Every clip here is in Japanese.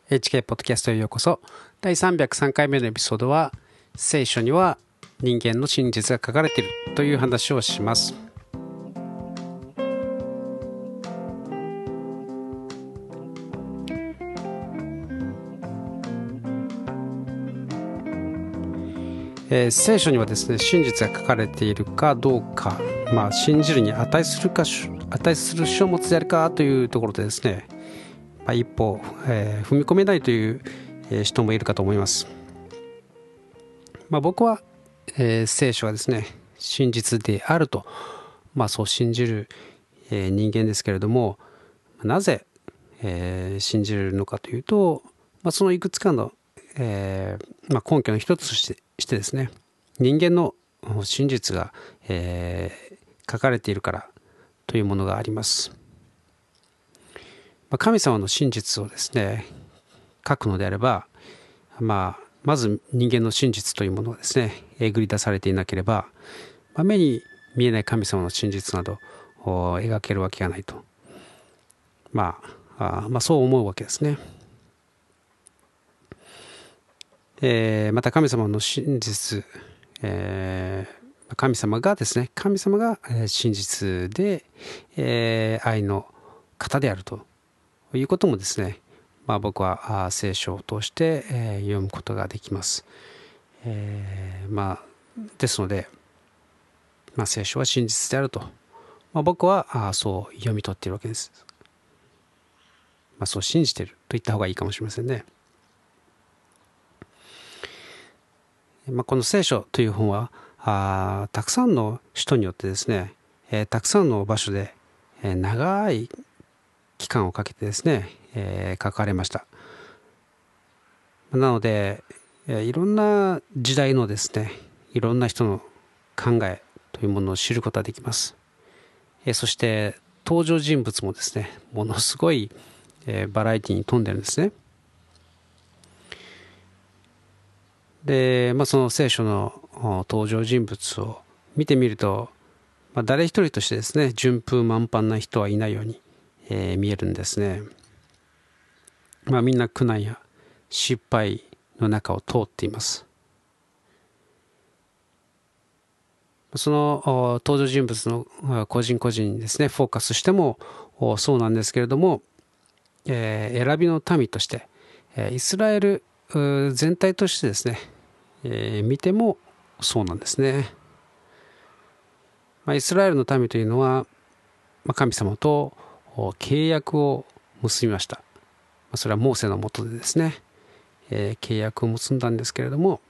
HK ポッドキャストへようこそ。第303回目のエピソードは、聖書には人間の真実が書かれているという話をします。聖書にはですね、真実が書かれているかどうか、信じるに値する書物であるかというところでですね、一歩、踏み込めないという人もいるかと思います。僕は、聖書はですね、真実であると、そう信じる、人間ですけれども、なぜ、信じるのかというと、そのいくつかの、根拠の一つとしてですね、人間の真実が、書かれているからというものがあります。神様の真実をですね書くのであれば、まず人間の真実というものがですねえぐり出されていなければ、目に見えない神様の真実など描けるわけがないと、そう思うわけですね。また神様の真実、神様が真実で、愛の方であるということもですね、僕は聖書を通して、読むことができます。ですので、聖書は真実であると、僕はそう読み取っているわけです。そう信じていると言った方がいいかもしれませんね。この聖書という本はたくさんの人によってですね、たくさんの場所で、長い期間をかけてですね、書かれました。なので、いろんな時代のですね、いろんな人の考えというものを知ることができます。そして登場人物もですね、ものすごい、バラエティに富んでるんですね。で、その聖書の登場人物を見てみると、誰一人としてですね、順風満帆な人はいないように、見えるんですね。みんな苦難や失敗の中を通っています。その登場人物の個人個人にですねフォーカスしてもそうなんですけれども、選びの民としてイスラエル全体としてですね、見てもそうなんですね。イスラエルの民というのは神様と契約を結びました。それはモーセの下でですね、契約を結んだんですけれども、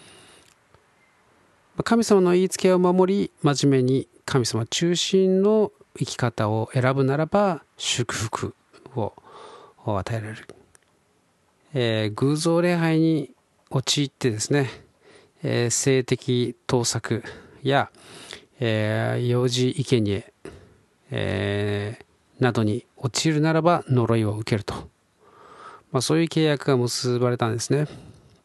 神様の言いつけを守り真面目に神様中心の生き方を選ぶならば祝福を与えられる。偶像礼拝に陥ってですね、性的盗作や、幼児生贄、などに陥るならば呪いを受けると、そういう契約が結ばれたんですね。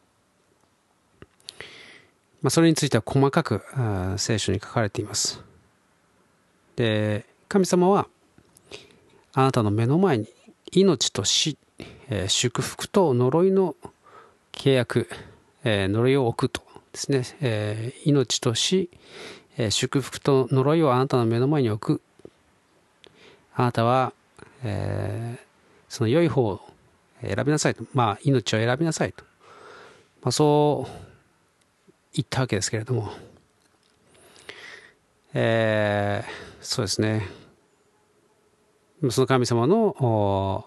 それについては細かく聖書に書かれています。で、神様はあなたの目の前に命と死、祝福と呪いの契約、呪いを置くとですね、命と死、祝福と呪いをあなたの目の前に置く。あなたは、その良い方を選びなさいと、命を選びなさいと、そう言ったわけですけれども、そうですね、その神様の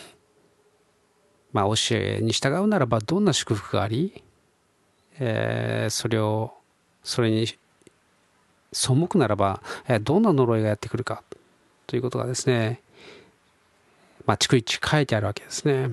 教えに従うならばどんな祝福があり、それに背くならばどんな呪いがやってくるかということがですね、逐一書いてあるわけですね。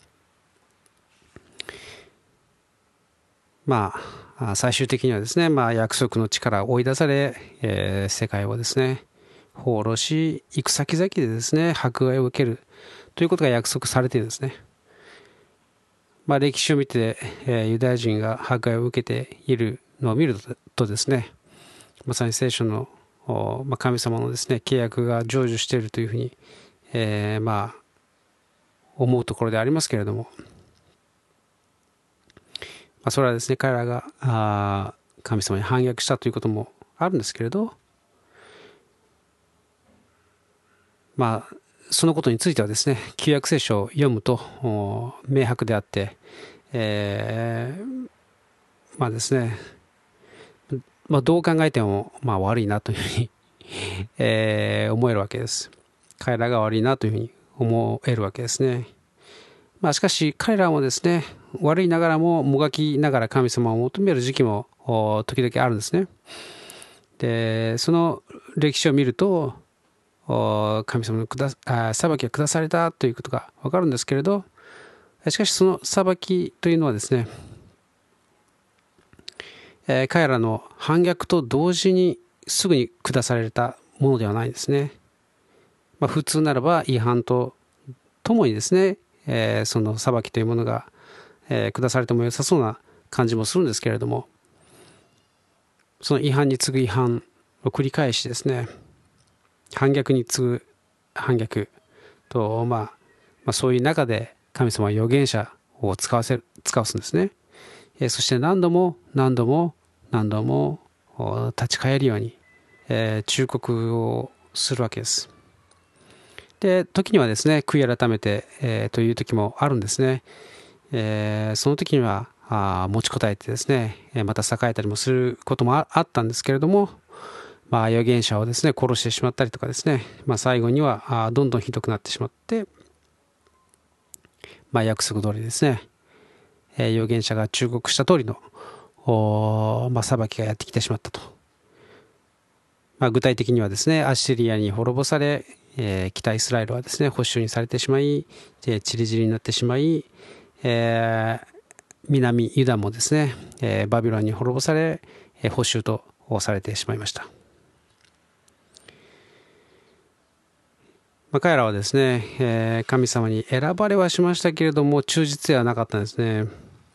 最終的にはですね、約束の地から追い出され、世界をですね放浪し行く先々でですね迫害を受けるということが約束されているんですね。歴史を見て、ユダヤ人が迫害を受けているのを見るとですね、まさに聖書の、神様のですね契約が成就しているというふうに、思うところでありますけれども、 それはですね、彼らが神様に反逆したということもあるんですけれど、そのことについてはですね、旧約聖書を読むと明白であって、ですね、どう考えても悪いなというふうに思えるわけです。彼らが悪いなというふうに思えるわけですね。しかし彼らもですね、悪いながらももがきながら神様を求める時期も時々あるんですね。で、その歴史を見ると、神様の裁きが下されたということが分かるんですけれど、しかしその裁きというのはですね、彼らの反逆と同時にすぐに下されたものではないんですね。普通ならば違反とともにですね、その裁きというものが、下されても良さそうな感じもするんですけれども、その違反に次ぐ違反を繰り返しですね、反逆に次ぐ反逆と、そういう中で神様は預言者を使わすんですね。そして何度も立ち返るように、忠告をするわけです。で、時にはですね、悔い改めて、という時もあるんですね。その時には持ちこたえてですね、また栄えたりもすることもあったんですけれども、預言者をですね殺してしまったりとかですね、最後にはどんどんひどくなってしまって、約束通りですね、預言者が忠告した通りの裁きがやってきてしまったと。具体的にはですね、アッシリアに滅ぼされ、北イスラエルはですね捕囚にされてしまい、散り散りになってしまい、南ユダもですね、バビロンに滅ぼされ、捕囚とされてしまいました。彼らはですね、神様に選ばれはしましたけれども忠実ではなかったんですね。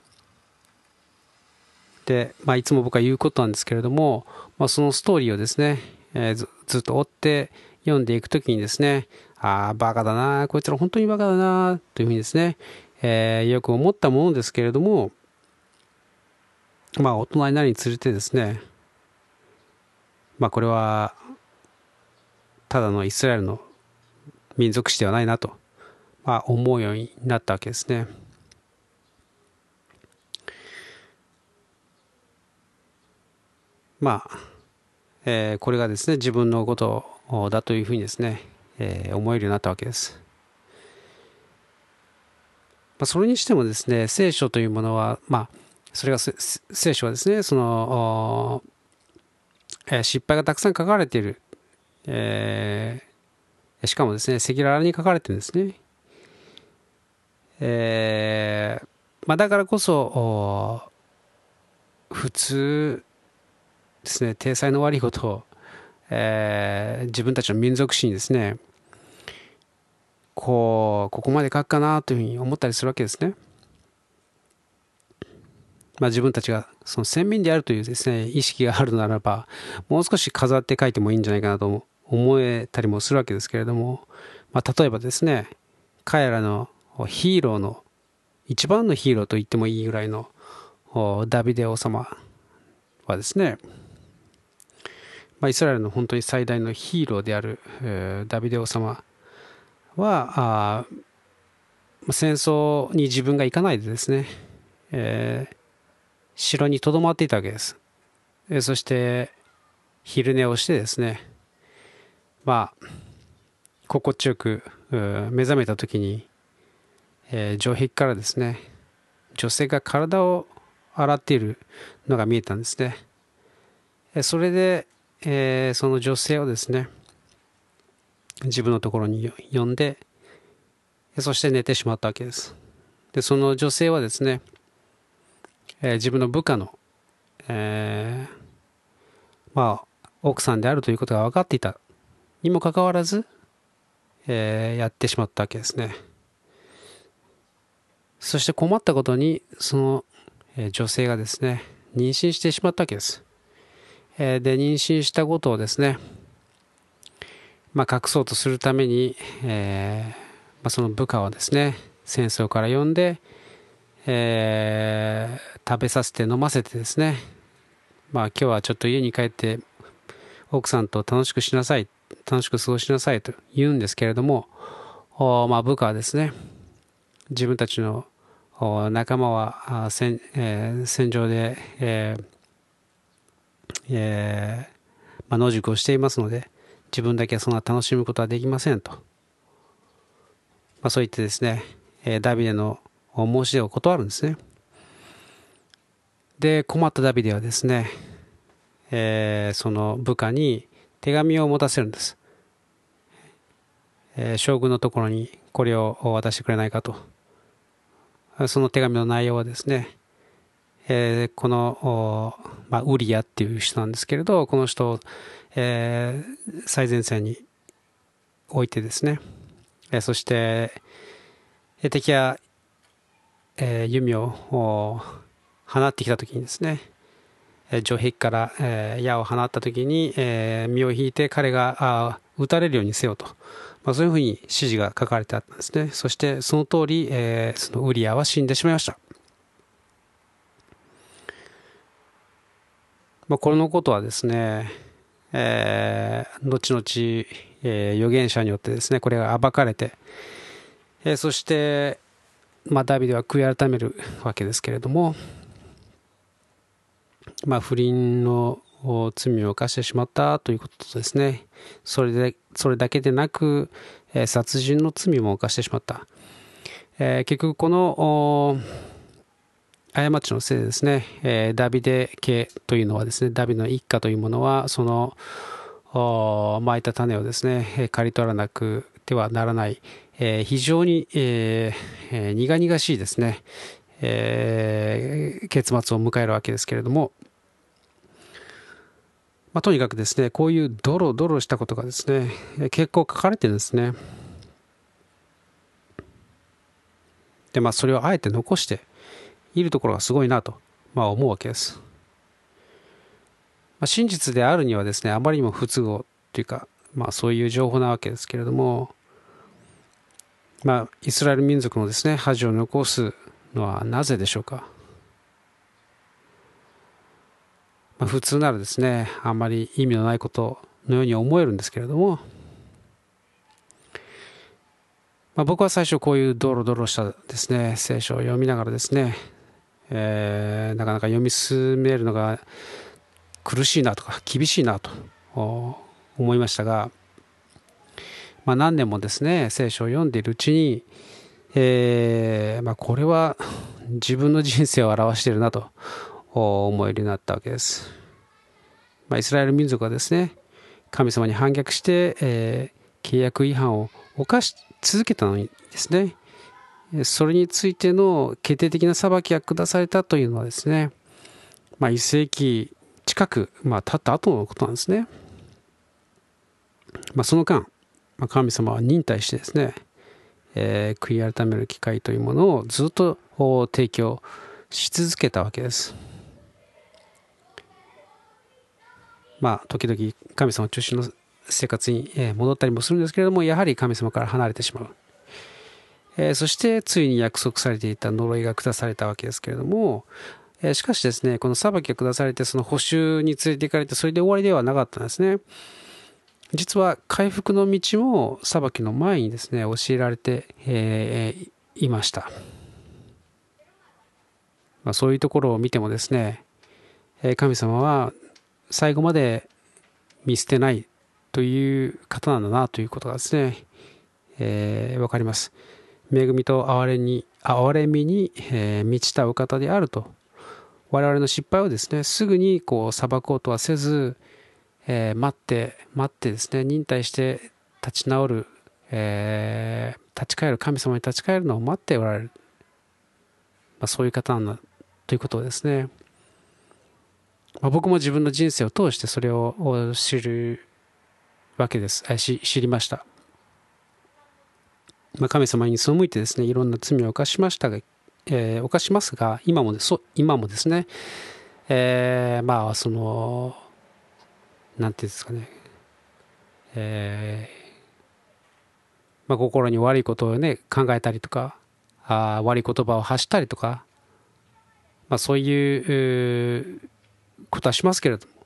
で、いつも僕は言うことなんですけれども、そのストーリーをですね、ずっと追って読んでいくときにですね、バカだな、こいつら本当にバカだなというふうにですね、よく思ったものですけれども、大人になるにつれてですね、これはただのイスラエルの民族史ではないなと、思うようになったわけですね。これがですね自分のことだというふうにですね、思えるようになったわけです。それにしてもですね、聖書というものは、それが聖書はですね、その失敗がたくさん書かれている、しかもですね赤裸々に書かれてるんですね。だからこそ普通ですね、体裁の悪いことを、自分たちの民族史にですね、ここまで書くかなというふうに思ったりするわけですね。自分たちがその先民であるというですね意識があるならば、もう少し飾って書いてもいいんじゃないかなと思えたりもするわけですけれども、例えばですね、彼らのヒーローの一番のヒーローと言ってもいいぐらいのダビデ王様はですね、イスラエルの本当に最大のヒーローである、ダビデ王様は戦争に自分が行かないでですね、城にとどまっていたわけです。そして昼寝をしてですね、心地よく目覚めた時に、城壁からですね女性が体を洗っているのが見えたんですね。それで、その女性をですね自分のところに呼んで、そして寝てしまったわけです。でその女性はですね、自分の部下の、奥さんであるということが分かっていたにもかかわらず、やってしまったわけですね。そして困ったことにその、女性がですね妊娠してしまったわけです。で妊娠したことをですね、隠そうとするために、その部下をですね戦争から呼んで、 食べさせて飲ませてですね、今日はちょっと家に帰って奥さんと楽しく過ごしなさいと言うんですけれども、部下はですね、自分たちの仲間は戦場で、野宿をしていますので、自分だけはそんな楽しむことはできませんと、そう言ってですね、ダビデの申し出を断るんですね。で、困ったダビデはですね、その部下に手紙を持たせるんです。将軍のところにこれを渡してくれないかと。その手紙の内容はですね、この、ウリアっていう人なんですけれど、この人を、最前線に置いてですね、そして敵が、弓を放ってきたときにですね、城壁から、矢を放ったときに、身を引いて彼が撃たれるようにせよと、そういうふうに指示が書かれてあったんですね。そしてその通り、そのウリアは死んでしまいました。これのことはですね、後々、預言者によってですね、これが暴かれて、そして、ダビデは悔い改めるわけですけれども、不倫の罪を犯してしまったということとですね、それだけでなく、殺人の罪も犯してしまった。結局この過ちのせいでですね、ダビデ家というのはですね、ダビデの一家というものはその蒔いた種をですね、刈り取らなくてはならない、非常に、苦々しいですね、結末を迎えるわけですけれども、とにかくですね、こういうドロドロしたことがですね、結構書かれてるんですね。で、それをあえて残しているところがすごいなと、思うわけです。真実であるにはですね、あまりにも不都合というか、そういう情報なわけですけれども、イスラエル民族のですね、恥を残すのはなぜでしょうか。普通ならですね、あんまり意味のないことのように思えるんですけれども、僕は最初こういうドロドロしたですね、聖書を読みながらですね、なかなか読み進めるのが苦しいなとか厳しいなと思いましたが、何年もですね、聖書を読んでいるうちに、これは自分の人生を表しているなと思えるようになったわけです。イスラエル民族はですね、神様に反逆して、契約違反を犯し続けたのにですね、それについての決定的な裁きが下されたというのはですね、1世紀近く、経った後のことなんですね。その間、神様は忍耐してですね、悔い改める機会というものをずっと提供し続けたわけです。時々神様中心の生活に戻ったりもするんですけれども、やはり神様から離れてしまう。そしてついに約束されていた呪いが下されたわけですけれども、しかしですね、この裁きが下されて、その補修に連れて行かれて、それで終わりではなかったんですね。実は回復の道も裁きの前にですね、教えられて、いました。そういうところを見てもですね、神様は最後まで見捨てないという方なんだなということがですね、わかります。恵みと憐れみに、満ちたお方であると。我々の失敗をですね、すぐに裁こうとはせず、待ってですね、忍耐して立ち直る、立ち返る、神様に立ち返るのを待っておられる。そういう方なんだということをですね、僕も自分の人生を通してそれを知るわけです。知りました。神様に背いてですね、いろんな罪を犯しましたが、犯しますが、今もですね、その、なんていうんですかね、心に悪いことをね、考えたりとか、悪い言葉を発したりとか、 そういうことはしますけれども、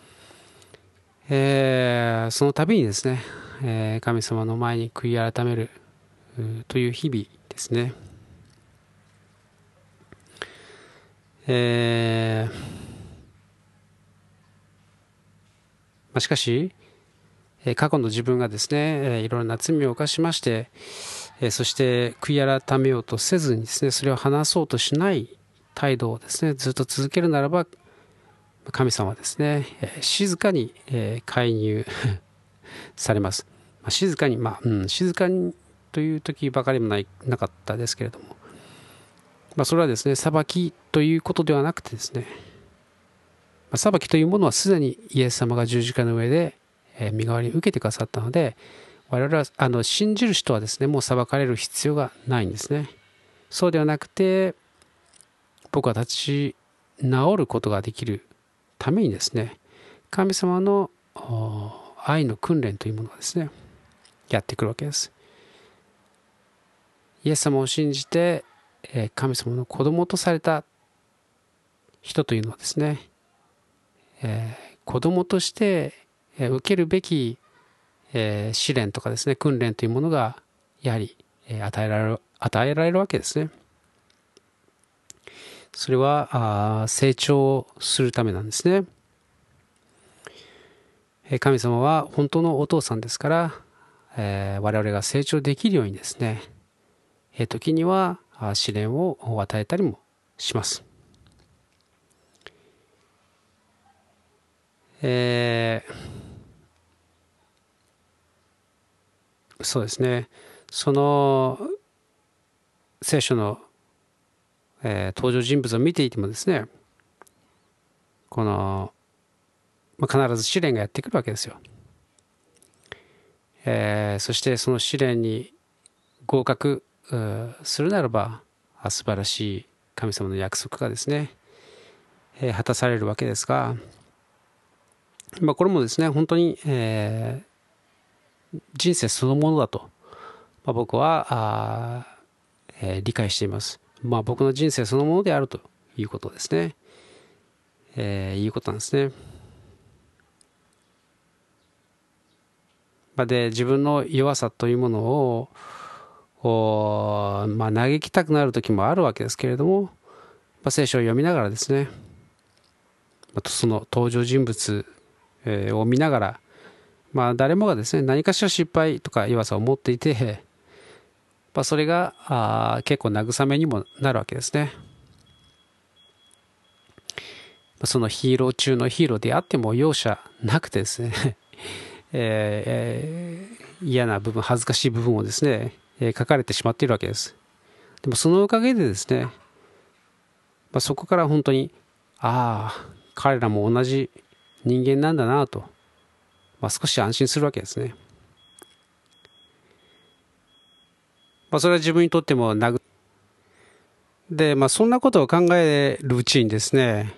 その度にですね、神様の前に悔い改めるという日々ですね。しかし、過去の自分がですね、いろんな罪を犯しまして、そして悔い改めようとせずにですね、それを話そうとしない態度をですね、ずっと続けるならば、神様はですね、静かに介入されます。静かに、静かにという時ばかりもなかったですけれども、それはですね、裁きということではなくてですね、裁きというものはすでにイエス様が十字架の上で身代わりに受けてくださったので、我々は信じる人はですね、もう裁かれる必要がないんですね。そうではなくて、僕は立ち直ることができるためにですね、神様の愛の訓練というものがですね、やってくるわけです。イエス様を信じて神様の子供とされた人というのはですね、子供として受けるべき試練とかですね、訓練というものがやはり与えられるわけですね。それは成長するためなんですね。神様は本当のお父さんですから、我々が成長できるようにですね、時には試練を与えたりもします。そうですね、その聖書の、登場人物を見ていてもですね、この、必ず試練がやってくるわけですよ。そしてその試練に合格するならば素晴らしい神様の約束がですね、果たされるわけですが、これもですね本当に、人生そのものだと、僕は理解しています。僕の人生そのものであるということですね、いうことなんですね。で、自分の弱さというものを嘆きたくなる時もあるわけですけれども、聖書を読みながらですね、その登場人物を見ながら、誰もがですね何かしら失敗とか弱さを持っていて、それが結構慰めにもなるわけですね。そのヒーロー中のヒーローであっても容赦なくてですね嫌な部分、恥ずかしい部分をですね、書かれてしまっているわけです。でもそのおかげでですね、そこから本当に彼らも同じ人間なんだなと、少し安心するわけですね。それは自分にとってもで、そんなことを考えるうちにですね、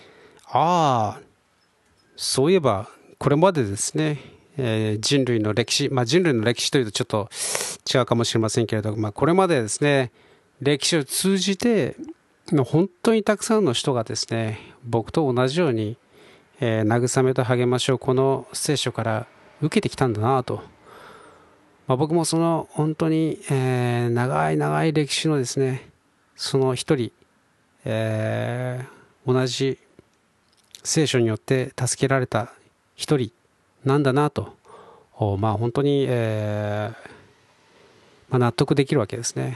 そういえばこれまでですね、人類の歴史、人類の歴史というとちょっと違うかもしれませんけれど、これまでですね歴史を通じて本当にたくさんの人がですね僕と同じように、慰めと励ましをこの聖書から受けてきたんだなと、僕もその本当に、長い長い歴史のですねその一人、同じ聖書によって助けられた一人なんだなと、本当に、納得できるわけですね。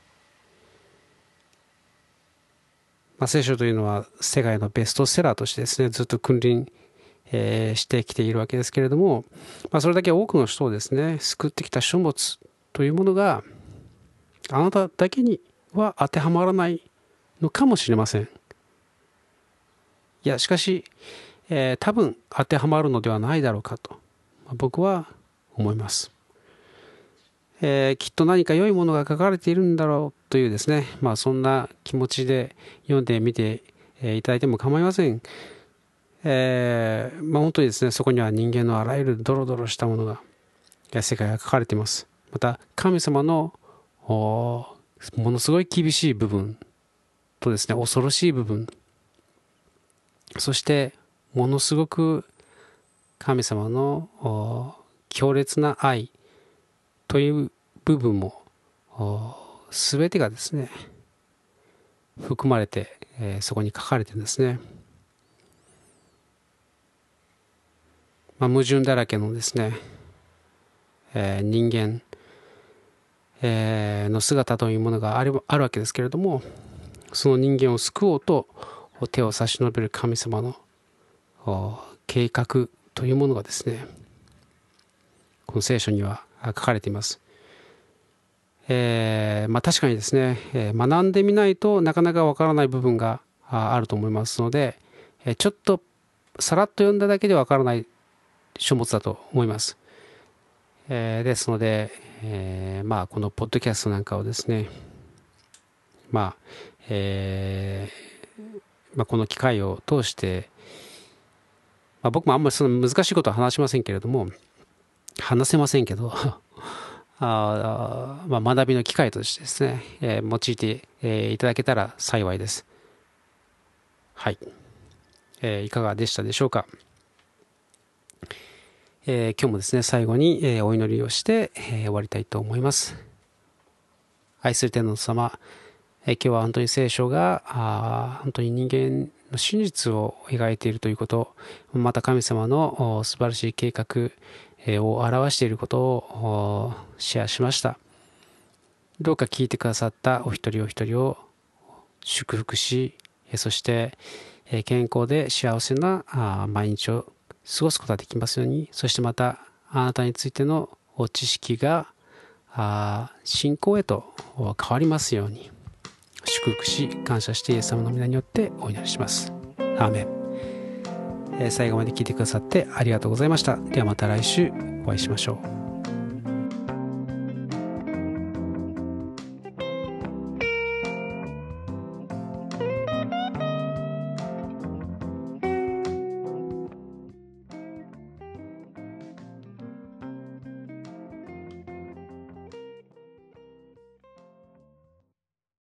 聖書というのは世界のベストセラーとしてですねずっと君臨、してきているわけですけれども、それだけ多くの人をですね救ってきた書物というものがあなただけには当てはまらないのかもしれません。いやしかし、多分当てはまるのではないだろうかと、僕は思います。きっと何か良いものが書かれているんだろうというですね、そんな気持ちで読んでみていただいても構いません。本当にですねそこには人間のあらゆるドロドロしたものが世界が書かれています。また神様のものすごい厳しい部分とですね、恐ろしい部分、そしてものすごく神様の強烈な愛という部分も全てがですね含まれて、そこに書かれてるんですね。矛盾だらけのですね、人間、の姿というものがあるわけですけれども、その人間を救おうと手を差し伸べる神様の計画というものがですね、この聖書には書かれています。確かにですね、学んでみないとなかなかわからない部分があると思いますので、ちょっとさらっと読んだだけでわからない書物だと思います。ですので、このポッドキャストなんかをですね、この機会を通して、僕もあんまりその難しいことは話せませんけれども、学びの機会としてですね、用いて、いただけたら幸いです。はい、いかがでしたでしょうか。今日もですね、最後に、お祈りをして、終わりたいと思います。愛する天皇様、今日は本当に聖書が本当に人間の真実を描いているということ、また神様の素晴らしい計画を表していることをシェアしました。どうか聞いてくださったお一人お一人を祝福し、そして健康で幸せな毎日を過ごすことができますように、そしてまたあなたについての知識が信仰へと変わりますように祝福し感謝してイエス様の皆によってお祈りします。アーメン。最後まで聞いてくださってありがとうございました。ではまた来週お会いしましょう。